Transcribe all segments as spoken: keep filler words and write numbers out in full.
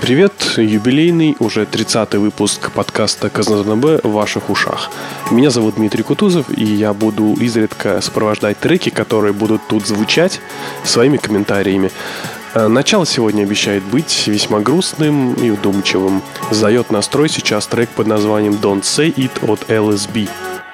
привет! Юбилейный, уже тридцатый выпуск подкаста КаЗанБ в ваших ушах. Меня зовут Дмитрий Кутузов, и я буду изредка сопровождать треки, которые будут тут звучать, своими комментариями. Начало сегодня обещает быть весьма грустным и вдумчивым. Задает настрой сейчас трек под названием «Don't Say It» от эл эс би.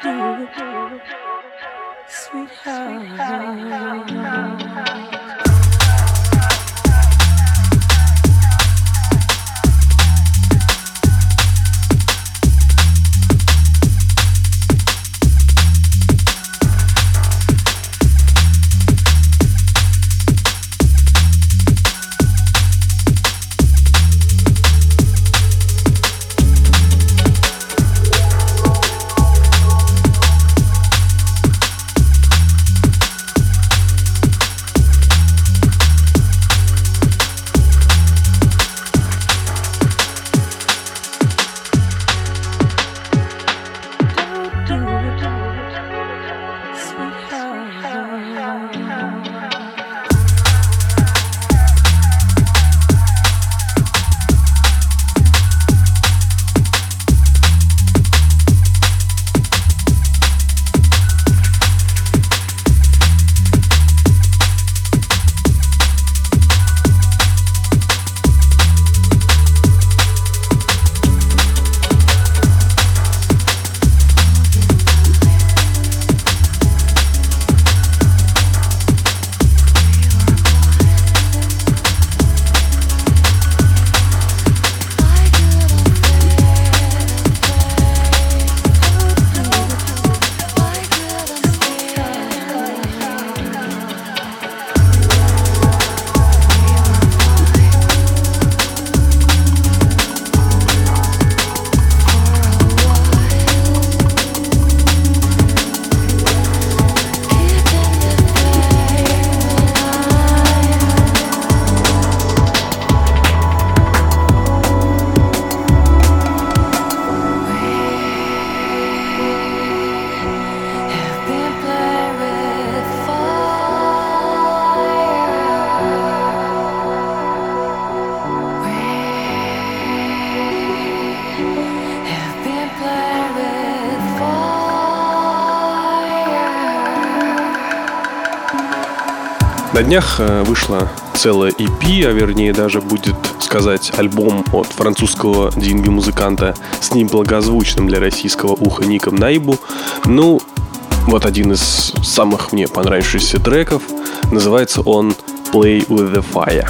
На днях вышла целая и пи, а вернее даже будет сказать альбом от французского ди энд би-музыканта с неблагозвучным для российского уха ником Наибу. Ну, вот один из самых мне понравившихся треков. Называется он «Play with the Fire».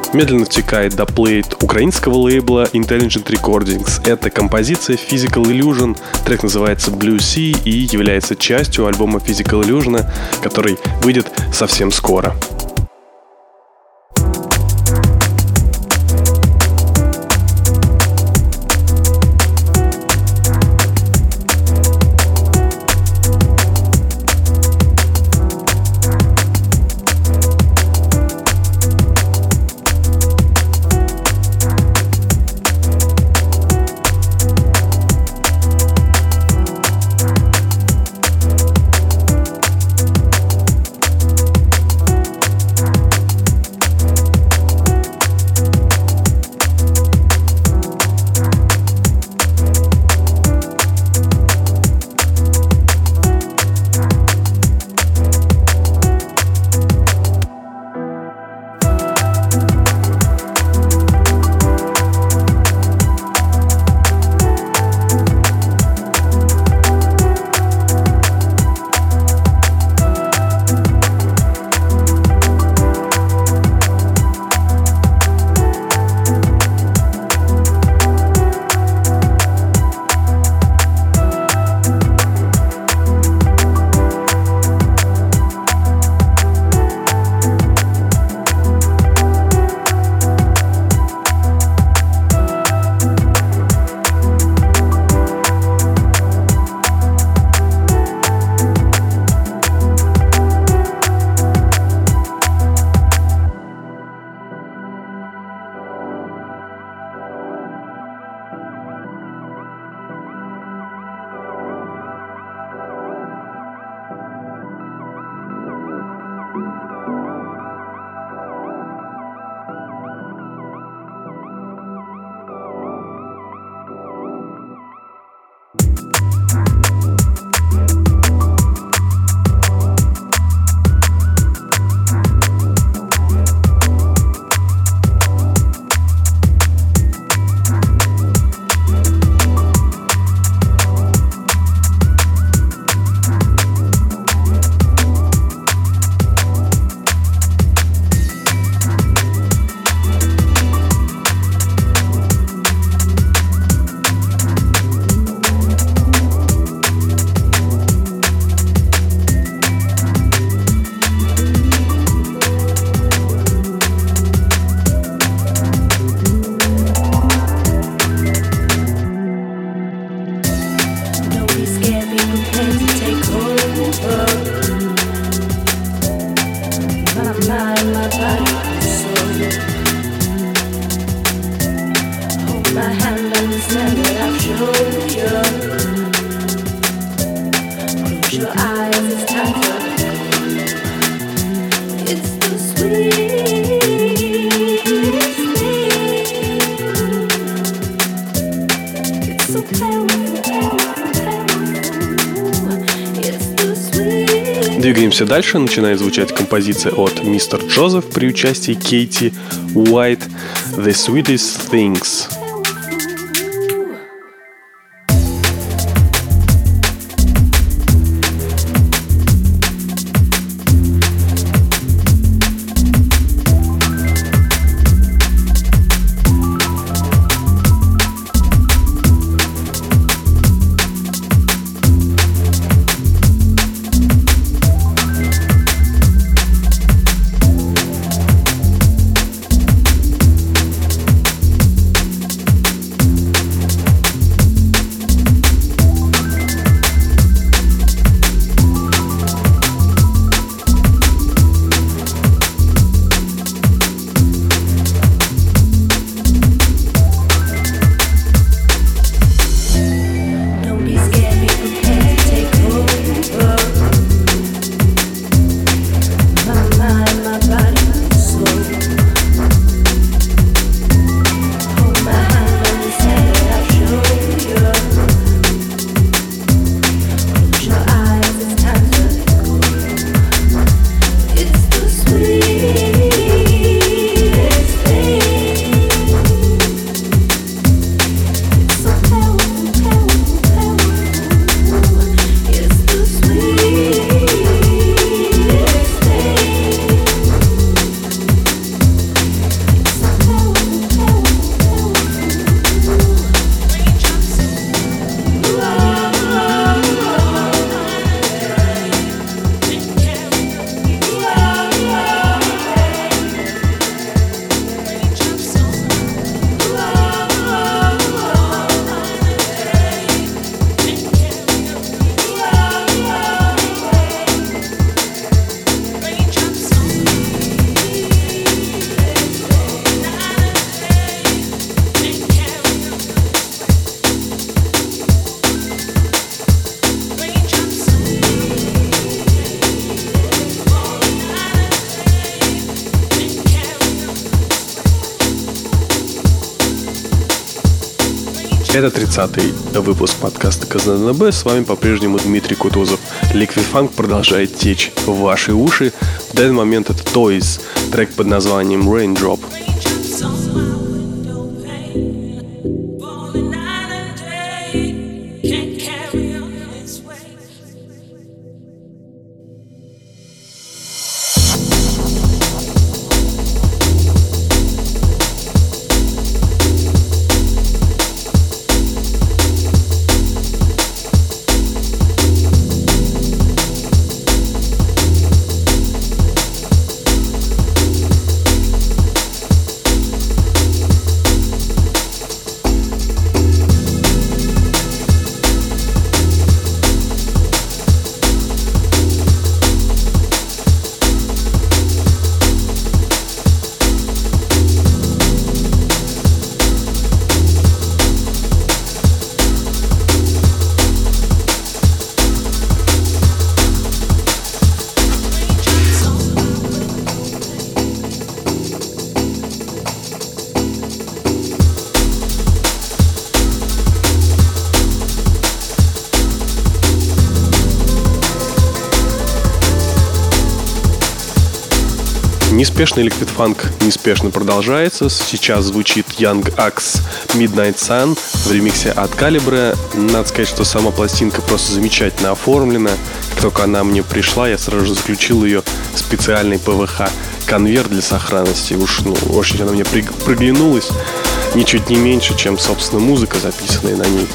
медленно втекает до плейт украинского лейбла Intelligent Recordings. Это композиция Physical Illusion, трек называется Blue Sea и является частью альбома Physical Illusion, который выйдет совсем скоро. Двигаемся дальше. Начинает звучать композиция от мистер Джозеф при участии Кейти Уайт «The Sweetest Things». Это тридцатый выпуск подкаста КЗНБ. С вами по-прежнему Дмитрий Кутузов. Liquid Funk продолжает течь в ваши уши. В данный момент это Toys, трек под названием Raindrop. Неспешный Liquid Funk неспешно продолжается. Сейчас звучит Young Axe Midnight Sun в ремиксе от Calibre. Надо сказать, что сама пластинка просто замечательно оформлена. Как только она мне пришла, я сразу же заключил ее в специальный пэ вэ ха-конверт для сохранности. Уж, ну, очень она мне приглянулась. Ничуть не меньше, чем, собственно, музыка, записанная на ней.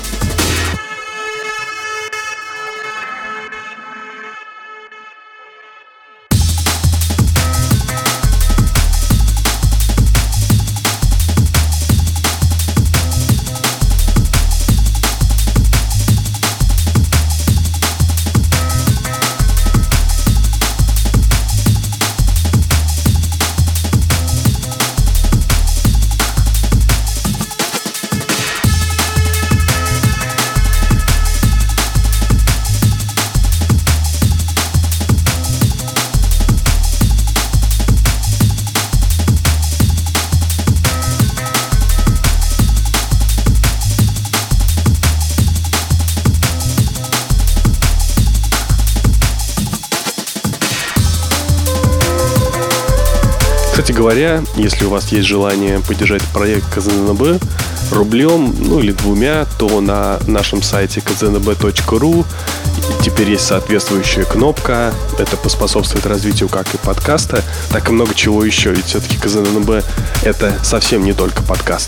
Кстати говоря, если у вас есть желание поддержать проект КЗНБ рублем, ну или двумя, то на нашем сайте ка зэ эн бэ точка ру теперь есть соответствующая кнопка. Это поспособствует развитию как и подкаста, так и много чего еще. Ведь все-таки КЗНБ — это совсем не только подкаст.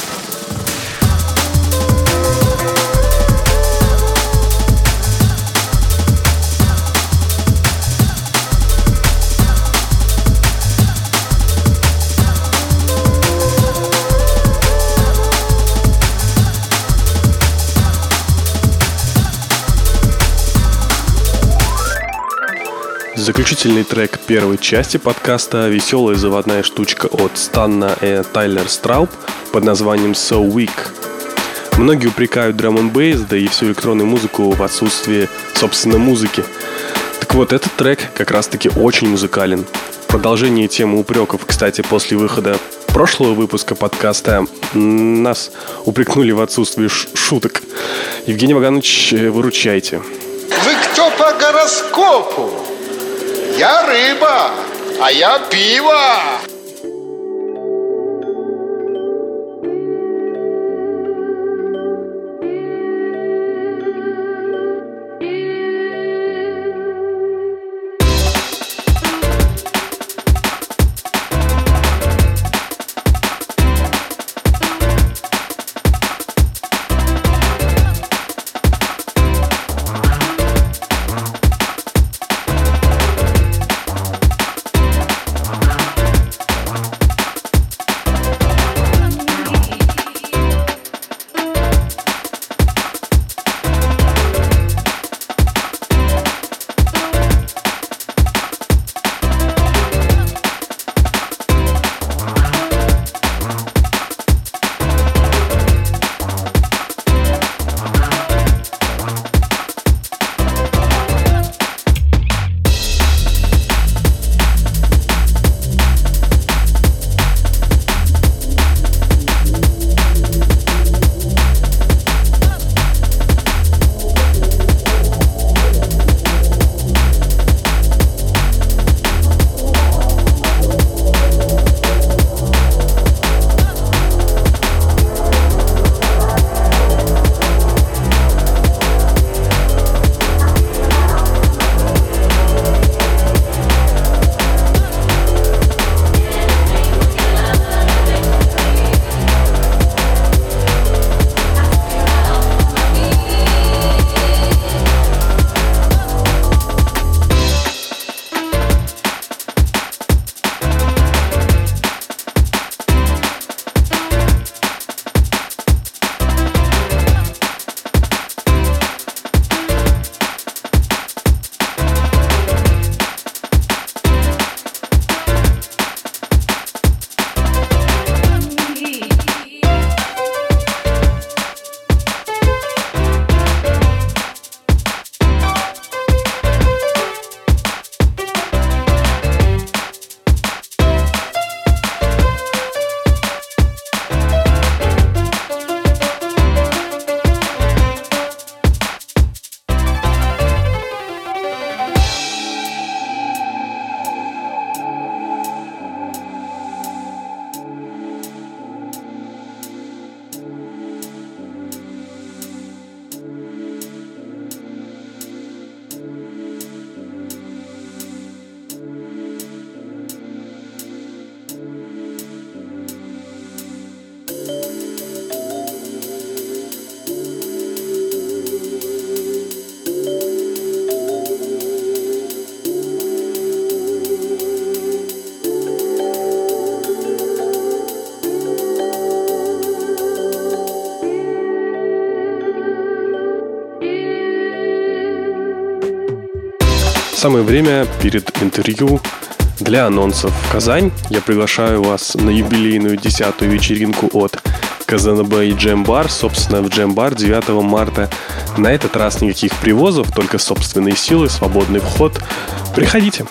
Заключительный трек первой части подкаста — веселая заводная штучка от Станна и Тайлер Страуб под названием So Weak. Многие упрекают драм-н-бейс, да и всю электронную музыку в отсутствии, собственно, музыки. Так вот, этот трек как раз-таки очень музыкален. В продолжении темы упреков, кстати, после выхода прошлого выпуска подкаста нас упрекнули в отсутствии ш- шуток. Евгений Ваганович, выручайте. Вы кто по гороскопу? Я рыба, а я пиво. Самое время перед интервью для анонсов в Казань. Я приглашаю вас на юбилейную десятую вечеринку от КЗНБ и Джем-бар. Собственно, в Джем-бар девятого марта. На этот раз никаких привозов, только собственные силы, свободный вход. Приходите.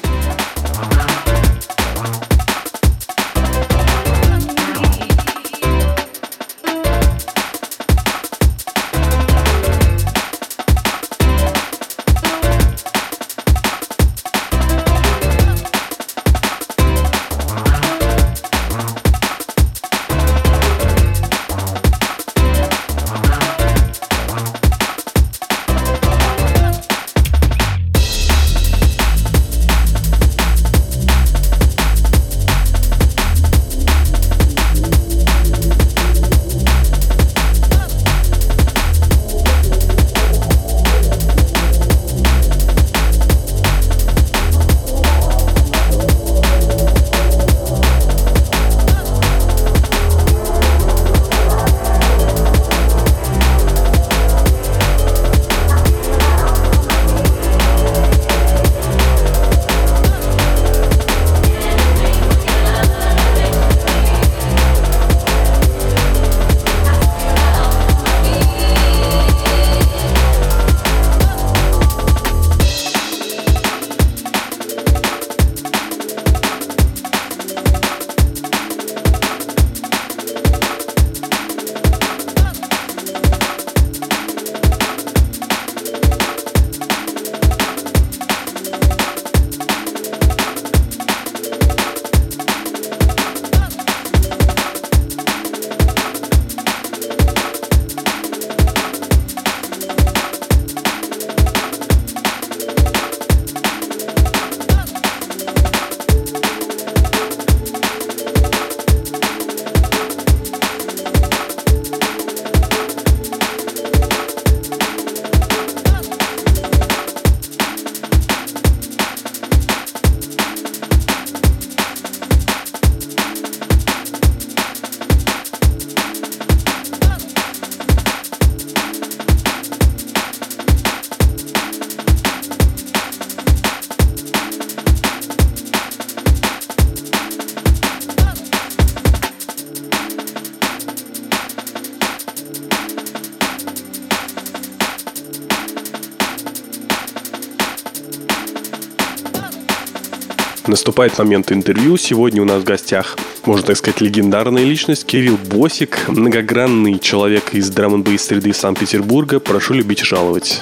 Наступает момент интервью. Сегодня у нас в гостях, можно так сказать, легендарная личность Кирилл Босик, многогранный человек из драм-н-бейс среды Санкт-Петербурга. Прошу любить и жаловать.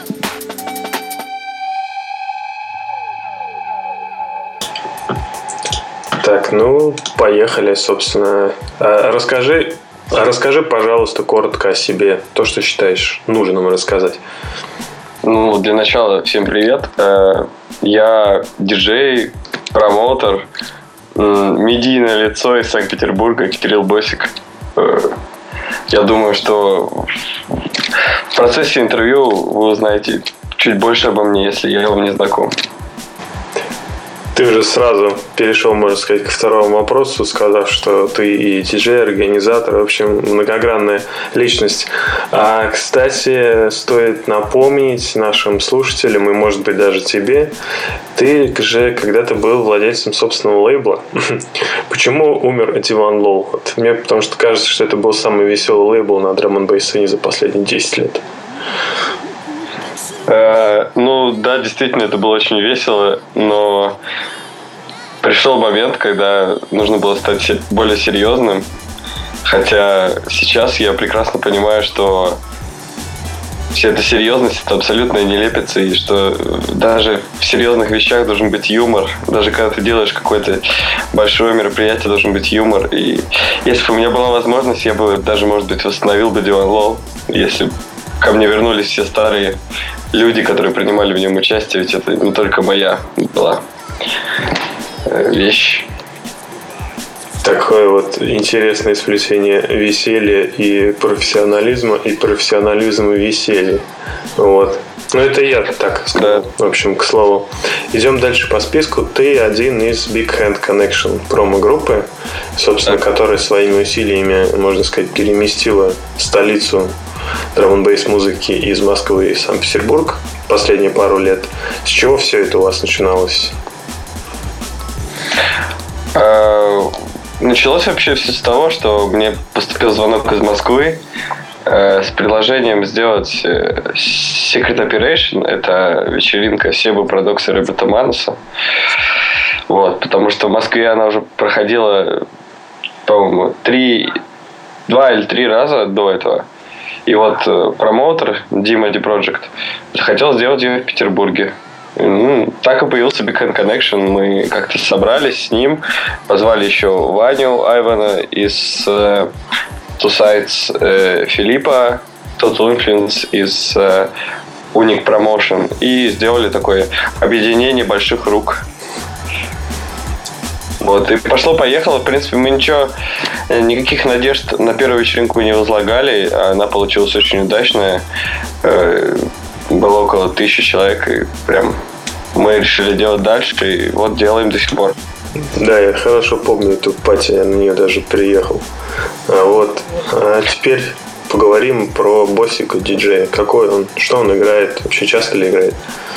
Так, ну, поехали, собственно. А, расскажи, расскажи, пожалуйста, коротко о себе. То, что считаешь нужным рассказать. Ну, для начала, всем привет. Я диджей, промоутер, медийное лицо из Санкт-Петербурга, Кирилл Босик. Я думаю, что в процессе интервью вы узнаете чуть больше обо мне, если я вам не знаком. Ты уже сразу перешел, можно сказать, ко второму вопросу, сказав, что ты и диджей, организатор, в общем, многогранная личность. А, кстати, стоит напомнить нашим слушателям, и, может быть, даже тебе, ты же когда-то был владельцем собственного лейбла. Почему умер Диван Лоу? Вот мне потому что кажется, что это был самый веселый лейбл на драм-н-бейс сцене за последние десять лет. Э, ну да, действительно, это было очень весело, но пришел момент, когда нужно было стать более серьезным. Хотя сейчас я прекрасно понимаю, что вся эта серьезность — это абсолютная нелепица, и что даже в серьезных вещах должен быть юмор. Даже когда ты делаешь какое-то большое мероприятие, должен быть юмор. И если бы у меня была возможность, я бы даже, может быть, восстановил бы Диван Лоу, если бы ко мне вернулись все старые люди, которые принимали в нем участие, ведь это не только моя была вещь. Такое вот интересное сплетение веселья и профессионализма, и профессионализма и веселья. Вот. Ну, это я так сказал, да. В общем, к слову. Идем дальше по списку. Ты один из Big Hand Connection промо-группы, собственно, да, которая своими усилиями, можно сказать, переместила столицу драм-н-бейс музыки из Москвы и Санкт-Петербург последние пару лет. С чего все это у вас начиналось? Началось вообще все с того, что мне поступил звонок из Москвы с предложением сделать Secret Operation. Это вечеринка Себы, Продокса и Роберта Мануса. Вот, потому что в Москве она уже проходила, по-моему, три, два или три раза до этого. И вот промоутер Дима Ди Project захотел сделать ее в Петербурге. Ну, так и появился Big Hand Connection. Мы как-то собрались с ним, позвали еще Ваню Айвана из uh, Two Sides, uh, Филиппа Total Influence из uh, Unique Promotion и сделали такое объединение больших рук. Вот, и пошло-поехало. В принципе, мы ничего, никаких надежд на первую вечеринку не возлагали. Она получилась очень удачная. Было около тысячи человек, и прям мы решили делать дальше, и вот делаем до сих пор. Да, я хорошо помню эту пати, я на нее даже приехал. А вот, а теперь поговорим про Боссика диджея. Какой он, что он играет, вообще часто ли играет?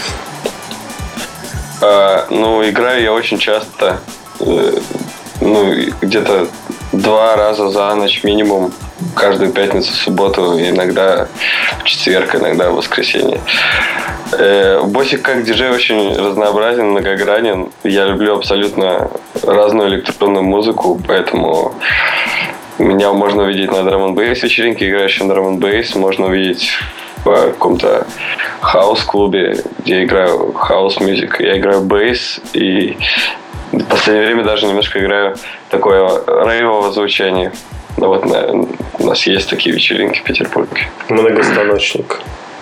А, ну, играю я очень часто. Ну, где-то два раза за ночь минимум. Каждую пятницу, субботу, иногда в четверг, иногда в воскресенье. Э, Боссик как диджей очень разнообразен, многогранен. Я люблю абсолютно разную электронную музыку, поэтому меня можно увидеть на драм-н-бейс вечеринке, играющем драм-н-бейс. Можно увидеть в каком-то хаус-клубе, где я играю хаус-мьюзик. Я играю бейс, и в последнее время даже немножко играю такое рейвовое звучание. Ну вот на, у нас есть такие вечеринки в Петербурге. Многостаночник.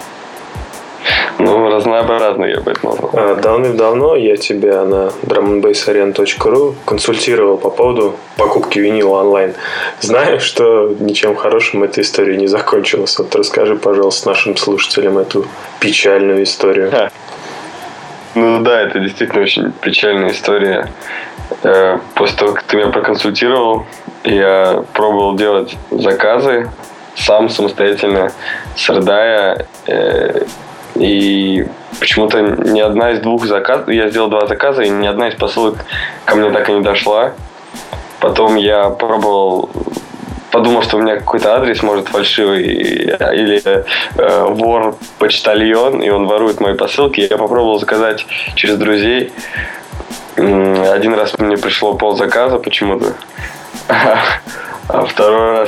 Ну, разнообразный, я бы это назвал. А, давным-давно я тебя на драм н бейс арена точка ру консультировал по поводу покупки винила онлайн. Знаю, что ничем хорошим эта история не закончилась. Вот расскажи, пожалуйста, нашим слушателям эту печальную историю. Ха. Ну да, это действительно очень печальная история. После того, как ты меня проконсультировал, я пробовал делать заказы сам самостоятельно с Рдая, и почему-то ни одна из двух заказов, я сделал два заказа, и ни одна из посылок ко мне так и не дошла. Потом я пробовал, подумал, что у меня какой-то адрес, может, фальшивый, или э, вор-почтальон, и он ворует мои посылки. Я попробовал заказать через друзей. Один раз мне пришло ползаказа почему-то, а второй раз,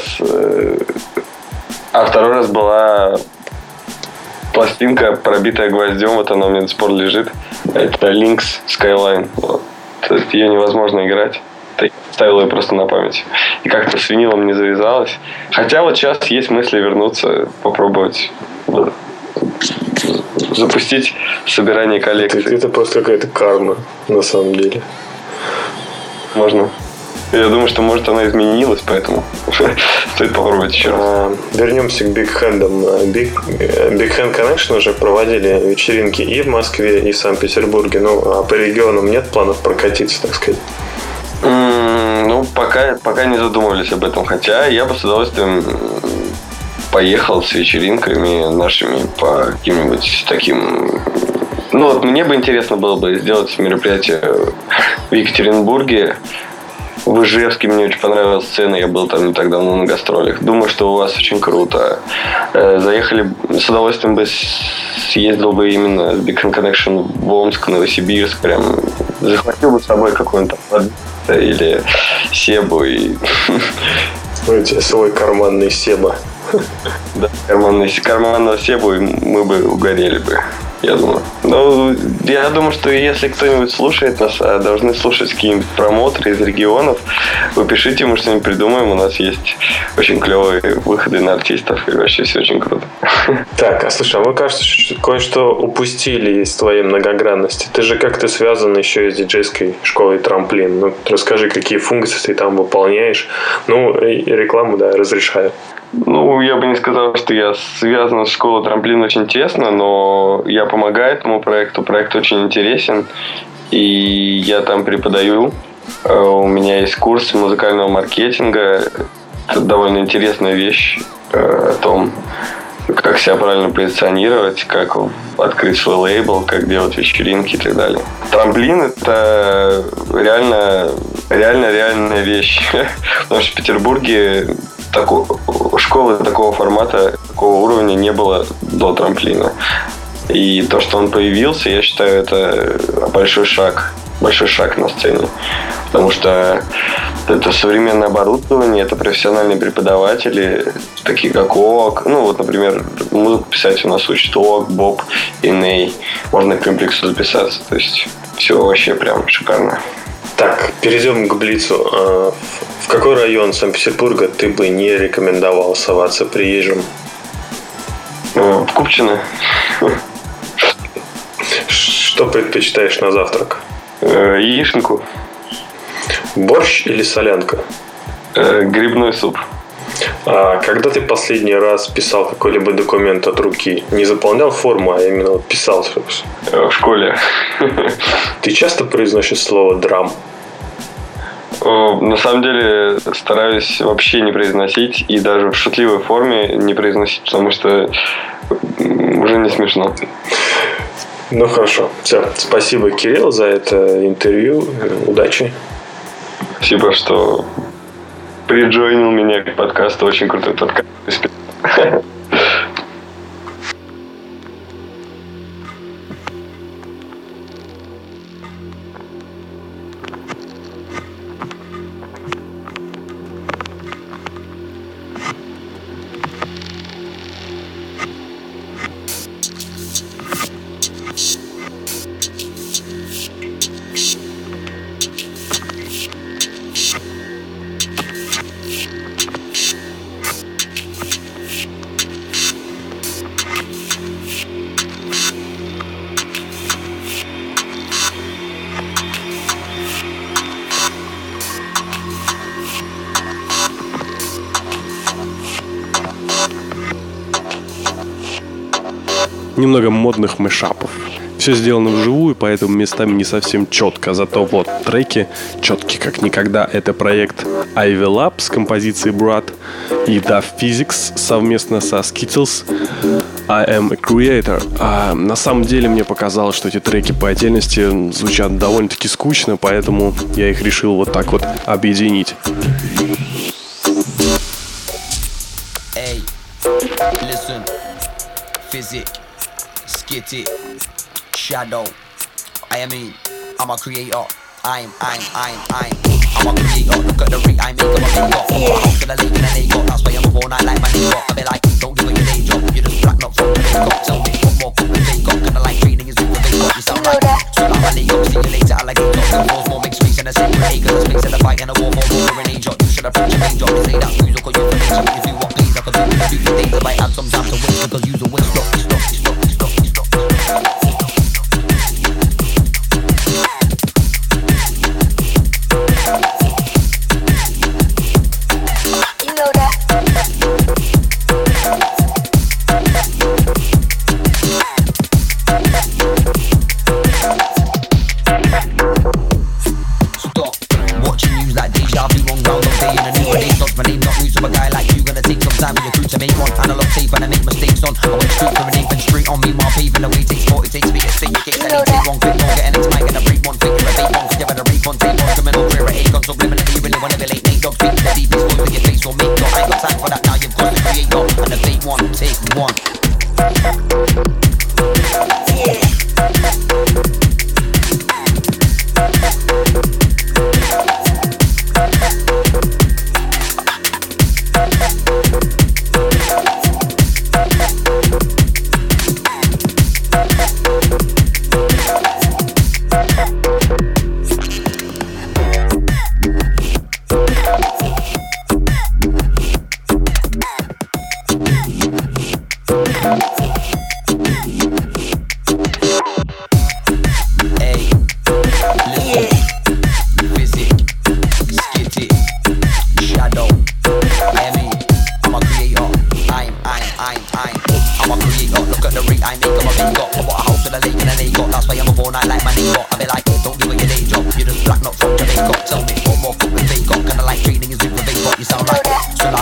а второй раз была пластинка, пробитая гвоздем, вот она у меня до сих пор лежит. Это Lynx Skyline. Вот. Ее невозможно играть. Я ставил ее просто на память. И как-то с винилом не завязалось. Хотя вот сейчас есть мысли вернуться, попробовать запустить собирание коллекций. Это, это просто какая-то карма, на самом деле. Можно. Я думаю, что, может, она изменилась, поэтому стоит попробовать еще раз. А, вернемся к Big Hand'ам. Big, Big Hand Connection уже проводили вечеринки и в Москве, и в Санкт-Петербурге. Ну, а по регионам нет планов прокатиться, так сказать? Mm, ну, пока, пока не задумывались об этом. Хотя я бы с удовольствием поехал с вечеринками нашими по каким-нибудь таким... Ну, вот мне бы интересно было бы сделать мероприятие в Екатеринбурге. В Ижевске мне очень понравилась сцена. Я был там не так давно на гастролях. Думаю, что у вас очень круто. Заехали, с удовольствием бы съездил бы именно с Big Hand Connection в Омск, Новосибирск. Прям захватил бы с собой какой-нибудь или Себу. И... У тебя свой карманный Себа. Да, карманный, карманного Себу, и мы бы угорели бы, я думаю. Ну, я думаю, что если кто-нибудь слушает нас, а должны слушать какие-нибудь промоутеры из регионов, вы пишите, мы что-нибудь придумаем. У нас есть очень клевые выходы на артистов, и вообще все очень круто. Так, а слушай, а мы, кажется, кое-что упустили из твоей многогранности. Ты же как-то связан еще и с диджейской школой Трамплин. Ну, расскажи, какие функции ты там выполняешь. Ну, и рекламу, да, разрешаю. Ну, я бы не сказал, что я связан с школой Трамплин очень тесно, но я помогаю этому проекту. Проект очень интересен, и я там преподаю. У меня есть курс музыкального маркетинга. Это довольно интересная вещь о том, как себя правильно позиционировать, как открыть свой лейбл, как делать вечеринки и так далее. Трамплин — это реально, реально, реальная вещь. Потому что в Петербурге такой, школы такого формата, такого уровня не было до трамплина. И то, что он появился, я считаю, это большой шаг. Большой шаг на сцене. Потому что это современное оборудование, это профессиональные преподаватели, такие как ООК. Ну, вот, например, музыку писать у нас учат ООК, Боб и Ней. Можно и к комплексу записаться. То есть все вообще прям шикарно. Так, перейдем к Блицу. В какой район Санкт-Петербурга ты бы не рекомендовал соваться приезжим? В Купчино. Что предпочитаешь на завтрак? Яишенку. Борщ или солянка? Грибной суп. А когда ты последний раз писал какой-либо документ от руки? Не заполнял форму, а именно вот писал? В школе. Ты часто произносишь слово «драм»? На самом деле стараюсь вообще не произносить, и даже в шутливой форме не произносить, потому что уже не смешно. Ну хорошо. Все. Спасибо, Кирилл, за это интервью. Удачи. Спасибо, что приджойнил меня к подкасту. Очень крутой подкаст. Немного модных мэшапов. Все сделано вживую, поэтому местами не совсем четко. Зато вот треки четкие как никогда. Это проект Ivy Lab с композицией Brad и Duff Physics совместно со Skittles I Am a Creator. А на самом деле мне показалось, что эти треки по отдельности звучат довольно-таки скучно, поэтому я их решил вот так вот объединить. Hey, listen, physics. Get it, shadow. I mean, I'm a creator. I'm, I'm, I'm, I'm. I'm a creator. Look at the rate I make. I'm a big up. I'm out to the lake and then they got. That's why I'm up all night like my neighbor. I be like, don't give it your day job. You just black not from the big up. Tell me what more could they got? Kinda like trading is with the big up. You sound like so like my leg up. See you later, alligator. Some balls more mixed race and a separate acre. The space in the fight and a war more over an age up. You should approach a main job. They say that music or you for nature. If you want please, I could do it. Do your things. I might have some time to wait because you's a win. Stop, stop, stop, stop, stop.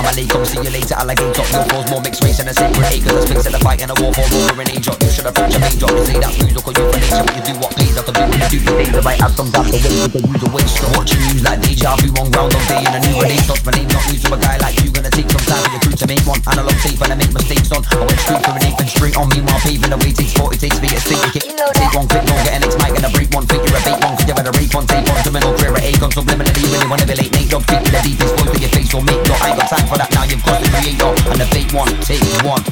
I'm a late, come see you later, alligator. Your cause more mixed race and a sacred acre. The space of the fight and a war for over an age. You should approach a major. You say that music or you for nature. What you do, what pays, I can do what you do. You stay the right out, sometimes the way you can use a waste. So watch you use like deja vu on ground all day in a new release. Not my name, not news from a guy like you. Gonna take some time for your crew to make one. Analog tape and I make mistakes on. I went straight from an eighth and straight on me while paving the way. Takes forty takes to get a state kick. Take one click, don't get an X mic and a break one. Think you're a bait one, cause you had a rape on. Tape on, criminal, career at Acon. Subliminally, when you wanna be late, Nate Dog. Speak to the deepest voice of your face or make dog. I ain't got time for that now, you've got the creator. And the fake one, take one.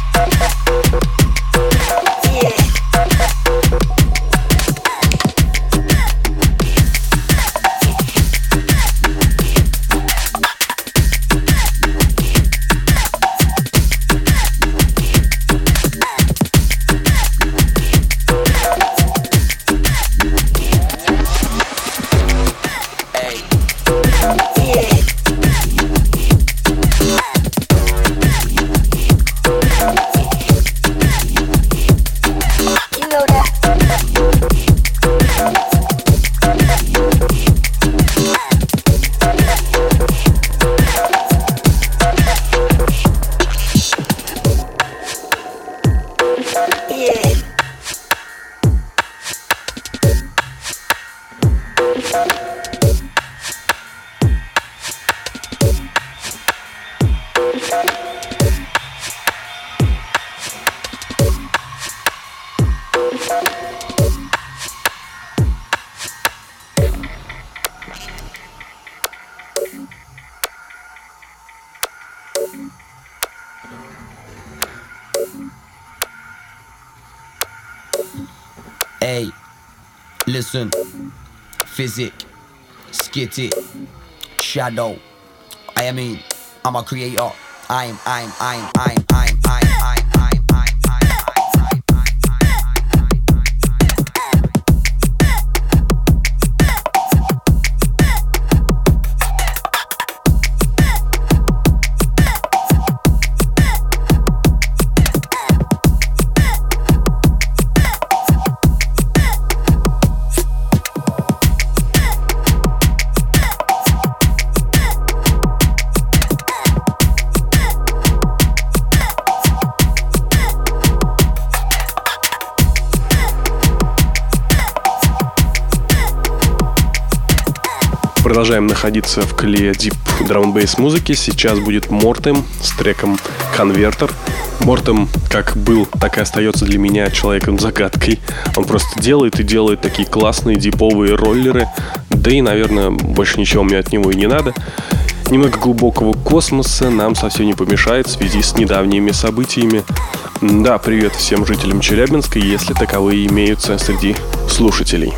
Hey, listen, physic, skit it, shadow. I mean, I'm a creator. I'm, I'm, I'm, I'm, I'm, I'm, I'm, I'm. Продолжаем находиться в клее дип драм-н-бейс музыки. Сейчас будет Мортем с треком «Конвертер». Мортем как был, так и остается для меня человеком-загадкой. Он просто делает и делает такие классные диповые роллеры. Да и, наверное, больше ничего мне от него и не надо. Немного глубокого космоса нам совсем не помешает в связи с недавними событиями. Да, привет всем жителям Челябинска, если таковые имеются среди слушателей.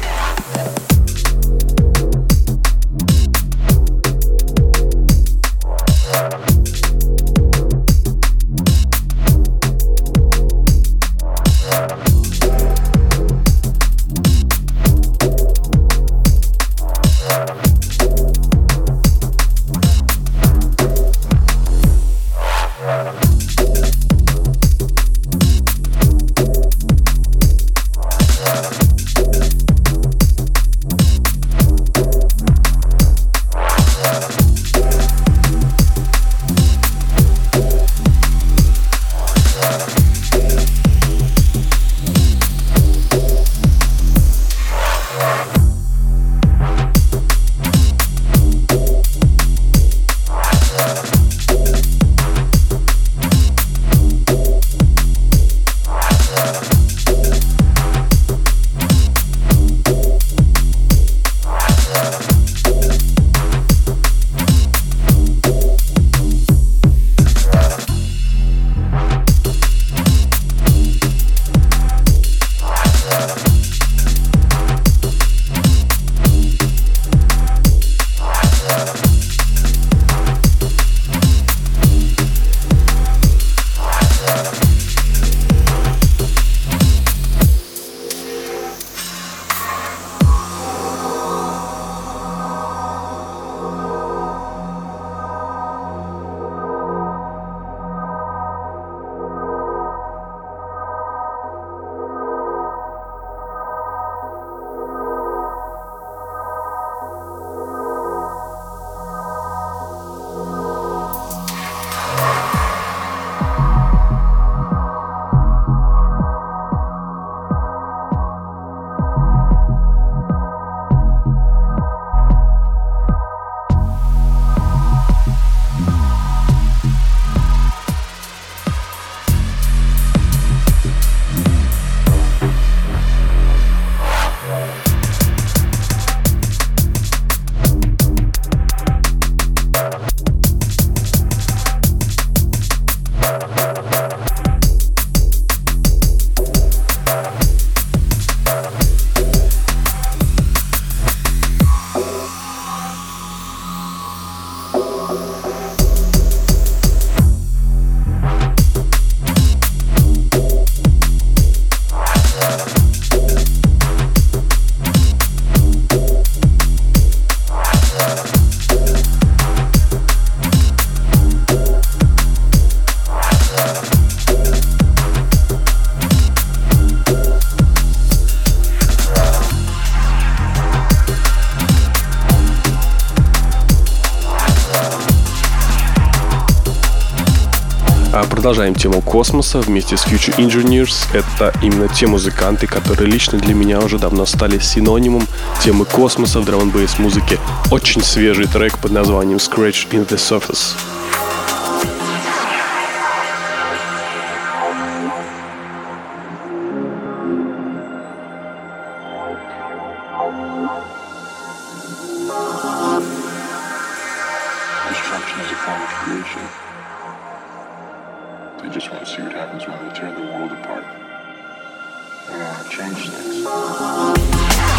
Продолжаем тему космоса вместе с Future Engineers. Это именно те музыканты, которые лично для меня уже давно стали синонимом темы космоса в драм-н-бейс музыке. Очень свежий трек под названием Scratch in the Surface. Destruction is a form of creation. They just want to see what happens when they tear the world apart. They want to change things.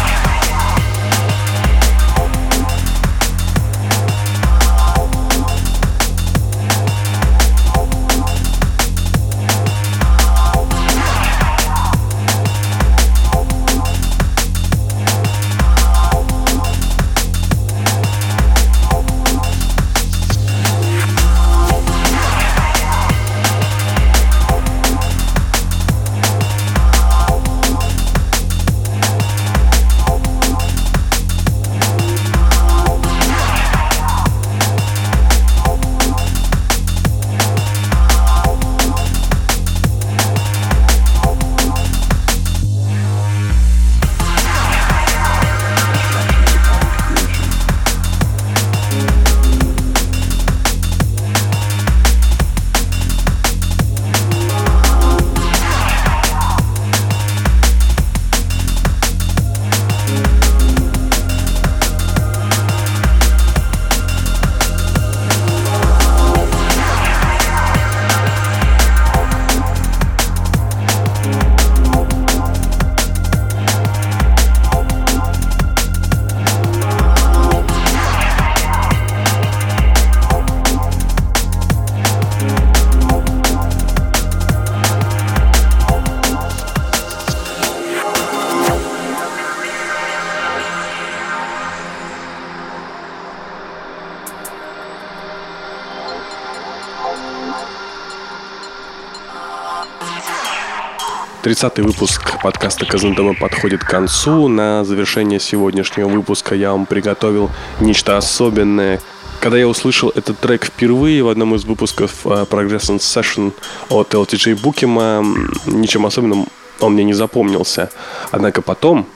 тридцатый выпуск подкаста КЗНДБ подходит к концу. На завершение сегодняшнего выпуска я вам приготовил нечто особенное. Когда я услышал этот трек впервые в одном из выпусков Progress Session от эл ти джей Букема, ничем особенным он мне не запомнился. Однако потом...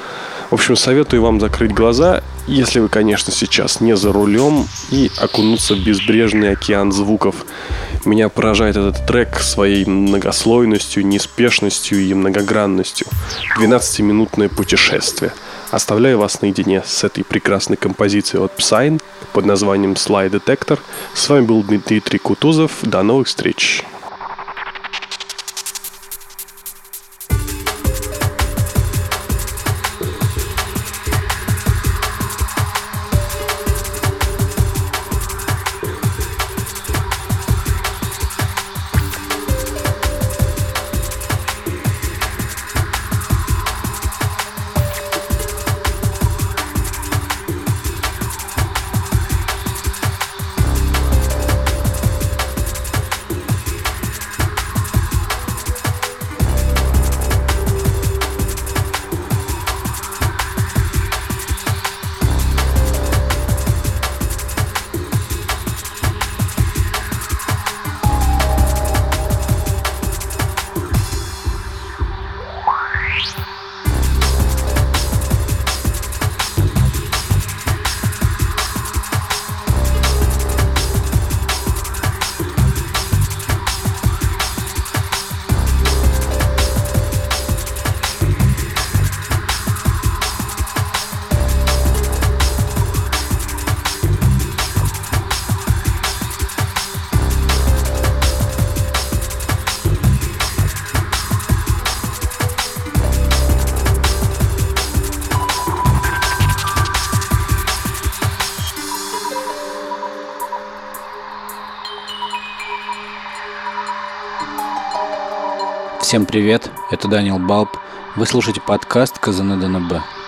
В общем, советую вам закрыть глаза, если вы, конечно, сейчас не за рулем, и окунуться в безбрежный океан звуков. Меня поражает этот трек своей многослойностью, неспешностью и многогранностью. двенадцатиминутное путешествие. Оставляю вас наедине с этой прекрасной композицией от Psy под названием Slide Detector. С вами был Дмитрий Кутузов. До новых встреч! Всем привет, это Даниэл Балб. Вы слушаете подкаст КЗНДНБ.